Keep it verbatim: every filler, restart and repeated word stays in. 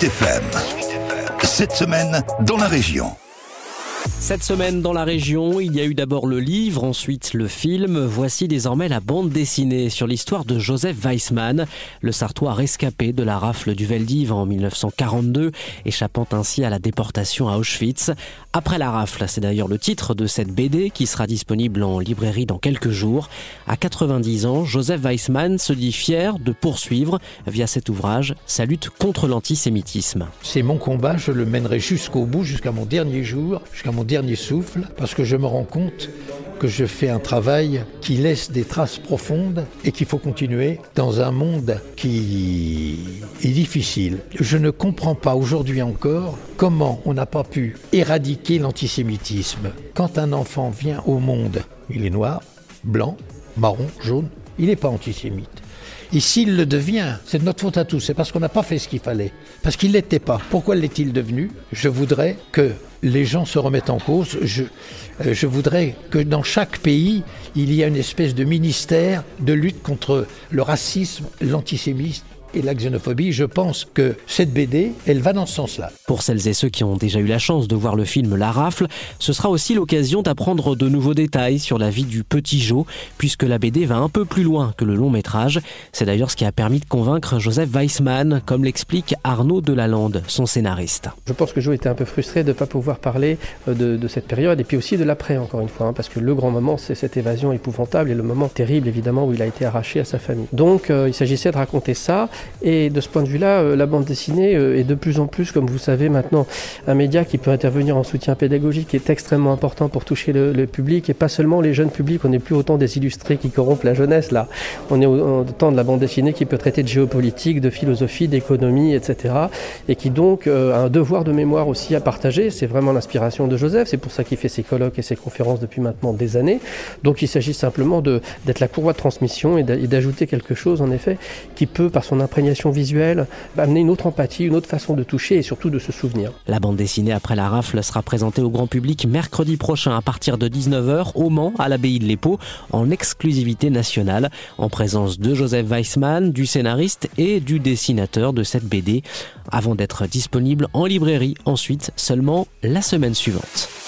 F M. Cette semaine, dans la région. Cette semaine dans la région, il y a eu d'abord le livre, ensuite le film. Voici désormais la bande dessinée sur l'histoire de Joseph Weissmann, le Sarthois rescapé de la rafle du Veldiv en dix-neuf cent quarante-deux, échappant ainsi à la déportation à Auschwitz. Après la rafle, c'est d'ailleurs le titre de cette B D qui sera disponible en librairie dans quelques jours. À quatre-vingt-dix ans, Joseph Weissmann se dit fier de poursuivre, via cet ouvrage, sa lutte contre l'antisémitisme. C'est mon combat, je le mènerai jusqu'au bout, jusqu'à mon dernier jour, jusqu'à mon dernier souffle, parce que je me rends compte que je fais un travail qui laisse des traces profondes et qu'il faut continuer dans un monde qui est difficile. Je ne comprends pas aujourd'hui encore comment on n'a pas pu éradiquer l'antisémitisme. Quand un enfant vient au monde, il est noir, blanc, marron, jaune, il n'est pas antisémite. Et s'il le devient, c'est de notre faute à tous, c'est parce qu'on n'a pas fait ce qu'il fallait, parce qu'il ne l'était pas. Pourquoi l'est-il devenu ? Je voudrais que les gens se remettent en cause. Je, euh, je voudrais que dans chaque pays, il y ait une espèce de ministère de lutte contre le racisme, l'antisémitisme et la xénophobie. Je pense que cette B D, elle va dans ce sens-là. Pour celles et ceux qui ont déjà eu la chance de voir le film La Rafle, ce sera aussi l'occasion d'apprendre de nouveaux détails sur la vie du petit Joe, puisque la B D va un peu plus loin que le long métrage. C'est d'ailleurs ce qui a permis de convaincre Joseph Weissmann, comme l'explique Arnaud Delalande, son scénariste. Je pense que Joe était un peu frustré de ne pas pouvoir parler de, de cette période, et puis aussi de l'après, encore une fois, hein, parce que le grand moment, c'est cette évasion épouvantable, et le moment terrible, évidemment, où il a été arraché à sa famille. Donc, euh, il s'agissait de raconter ça. Et de ce point de vue-là, euh, la bande dessinée euh, est de plus en plus, comme vous savez maintenant, un média qui peut intervenir en soutien pédagogique, qui est extrêmement important pour toucher le, le public, et pas seulement les jeunes publics. On n'est plus autant des illustrés qui corrompent la jeunesse, là. On est autant de la bande dessinée qui peut traiter de géopolitique, de philosophie, d'économie, et cetera. Et qui donc euh, a un devoir de mémoire aussi à partager. C'est vraiment l'inspiration de Joseph. C'est pour ça qu'il fait ses colloques et ses conférences depuis maintenant des années. Donc il s'agit simplement de, d'être la courroie de transmission et d'ajouter quelque chose, en effet, qui peut, par son imprégnation visuelle, amener une autre empathie, une autre façon de toucher et surtout de se souvenir. La bande dessinée Après la rafle sera présentée au grand public mercredi prochain à partir de dix-neuf heures au Mans, à l'abbaye de l'Épau, en exclusivité nationale, en présence de Joseph Weissmann, du scénariste et du dessinateur de cette B D, avant d'être disponible en librairie ensuite seulement la semaine suivante.